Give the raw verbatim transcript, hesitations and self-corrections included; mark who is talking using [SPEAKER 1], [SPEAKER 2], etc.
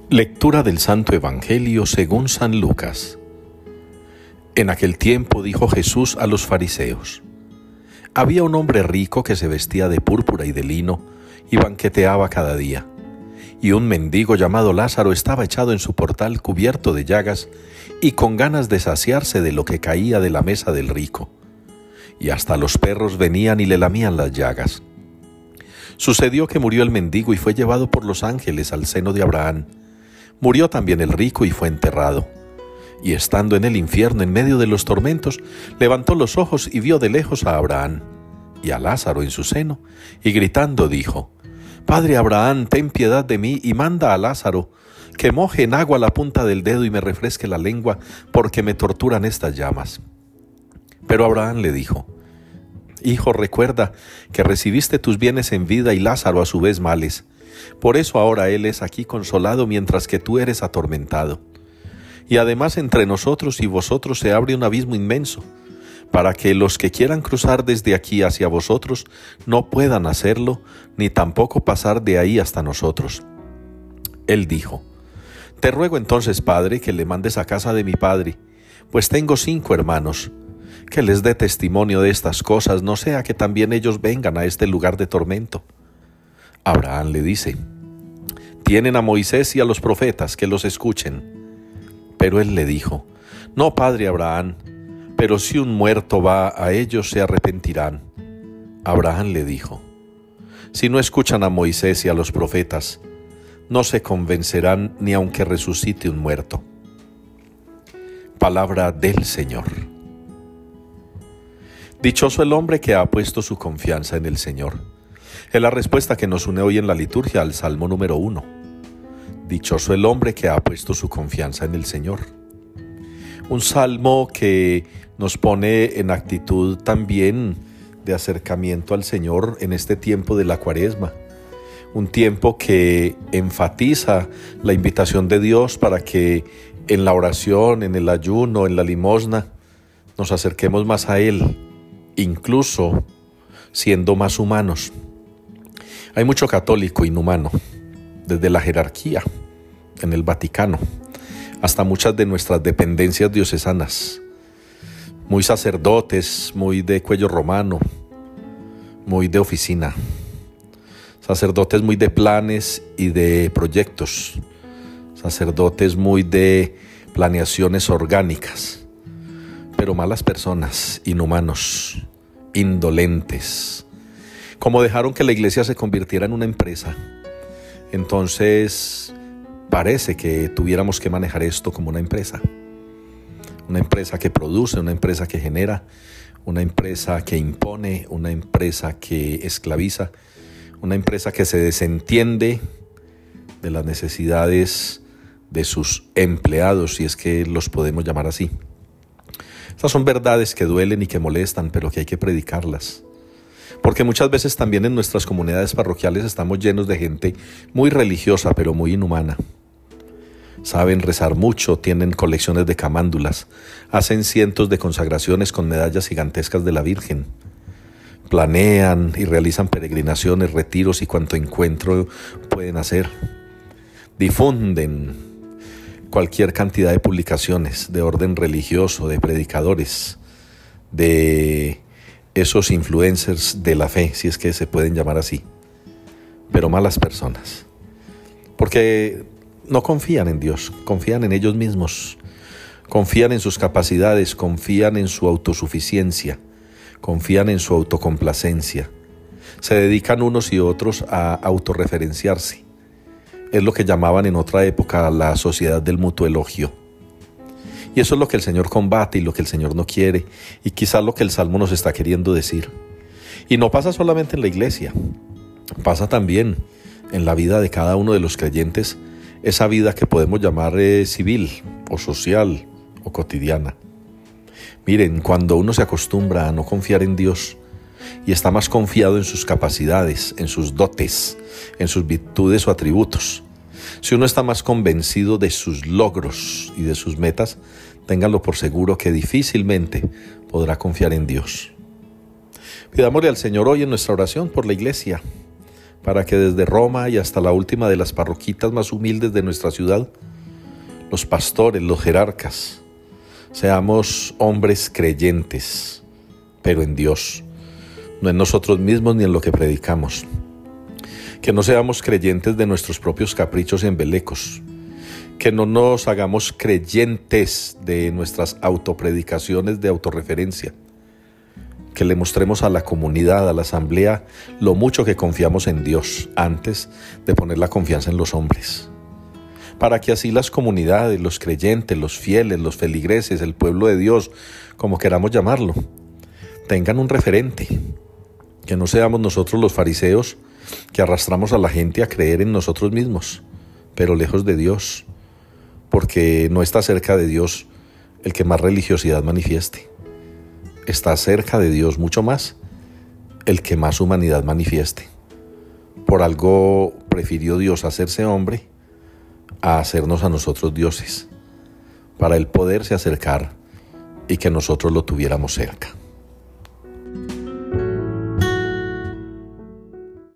[SPEAKER 1] Lectura del Santo Evangelio según San Lucas. En aquel tiempo dijo Jesús a los fariseos: Había un hombre rico que se vestía de púrpura y de lino y banqueteaba cada día. Y un mendigo llamado Lázaro estaba echado en su portal cubierto de llagas y con ganas de saciarse de lo que caía de la mesa del rico. Y hasta los perros venían y le lamían las llagas. Sucedió que murió el mendigo y fue llevado por los ángeles al seno de Abraham. Murió también el rico y fue enterrado. Y estando en el infierno en medio de los tormentos, levantó los ojos y vio de lejos a Abraham y a Lázaro en su seno, y gritando dijo: Padre Abraham, ten piedad de mí y manda a Lázaro que moje en agua la punta del dedo y me refresque la lengua, porque me torturan estas llamas. Pero Abraham le dijo: Hijo, recuerda que recibiste tus bienes en vida y Lázaro a su vez males. Por eso ahora él es aquí consolado mientras que tú eres atormentado. Y además entre nosotros y vosotros se abre un abismo inmenso, para que los que quieran cruzar desde aquí hacia vosotros no puedan hacerlo, ni tampoco pasar de ahí hasta nosotros. Él dijo: Te ruego entonces, Padre, que le mandes a casa de mi padre, pues tengo cinco hermanos, que les dé testimonio de estas cosas, no sea que también ellos vengan a este lugar de tormento. Abraham le dice: Tienen a Moisés y a los profetas, que los escuchen. Pero él le dijo: No, padre Abraham, pero si un muerto va a ellos se arrepentirán. Abraham le dijo: Si no escuchan a Moisés y a los profetas, no se convencerán ni aunque resucite un muerto. Palabra del Señor. Dichoso el hombre que ha puesto su confianza en el Señor. Es la respuesta que nos une hoy en la liturgia al Salmo número uno. Dichoso el hombre que ha puesto su confianza en el Señor. Un salmo que nos pone en actitud también de acercamiento al Señor en este tiempo de la Cuaresma. Un tiempo que enfatiza la invitación de Dios para que en la oración, en el ayuno, en la limosna, nos acerquemos más a Él, incluso siendo más humanos. Hay mucho católico inhumano, desde la jerarquía en el Vaticano hasta muchas de nuestras dependencias diocesanas, muy sacerdotes, muy de cuello romano, muy de oficina, sacerdotes muy de planes y de proyectos, sacerdotes muy de planeaciones orgánicas, pero malas personas, inhumanos, indolentes. Como dejaron que la iglesia se convirtiera en una empresa, entonces parece que tuviéramos que manejar esto como una empresa. Una empresa que produce, una empresa que genera, una empresa que impone, una empresa que esclaviza, una empresa que se desentiende de las necesidades de sus empleados, si es que los podemos llamar así. Estas son verdades que duelen y que molestan, pero que hay que predicarlas. Porque muchas veces también en nuestras comunidades parroquiales estamos llenos de gente muy religiosa, pero muy inhumana. Saben rezar mucho, tienen colecciones de camándulas, hacen cientos de consagraciones con medallas gigantescas de la Virgen. Planean y realizan peregrinaciones, retiros y cuanto encuentro pueden hacer. Difunden cualquier cantidad de publicaciones de orden religioso, de predicadores, de esos influencers de la fe, si es que se pueden llamar así, pero malas personas, porque no confían en Dios, confían en ellos mismos, confían en sus capacidades, confían en su autosuficiencia, confían en su autocomplacencia, se dedican unos y otros a autorreferenciarse. Es lo que llamaban en otra época la sociedad del mutuo elogio. Y eso es lo que el Señor combate y lo que el Señor no quiere, y quizás lo que el Salmo nos está queriendo decir. Y no pasa solamente en la iglesia, pasa también en la vida de cada uno de los creyentes, esa vida que podemos llamar eh, civil o social o cotidiana. Miren, cuando uno se acostumbra a no confiar en Dios y está más confiado en sus capacidades, en sus dotes, en sus virtudes o atributos, si uno está más convencido de sus logros y de sus metas, ténganlo por seguro que difícilmente podrá confiar en Dios. Pidámosle al Señor hoy en nuestra oración por la iglesia, para que desde Roma y hasta la última de las parroquitas más humildes de nuestra ciudad, los pastores, los jerarcas, seamos hombres creyentes, pero en Dios, no en nosotros mismos ni en lo que predicamos. Que no seamos creyentes de nuestros propios caprichos y embelecos. Que no nos hagamos creyentes de nuestras autopredicaciones de autorreferencia. Que le mostremos a la comunidad, a la asamblea, lo mucho que confiamos en Dios antes de poner la confianza en los hombres. Para que así las comunidades, los creyentes, los fieles, los feligreses, el pueblo de Dios, como queramos llamarlo, tengan un referente. Que no seamos nosotros los fariseos que arrastramos a la gente a creer en nosotros mismos, pero lejos de Dios, porque no está cerca de Dios el que más religiosidad manifieste. Está cerca de Dios mucho más el que más humanidad manifieste. Por algo prefirió Dios hacerse hombre a hacernos a nosotros dioses, para él poderse acercar y que nosotros lo tuviéramos cerca.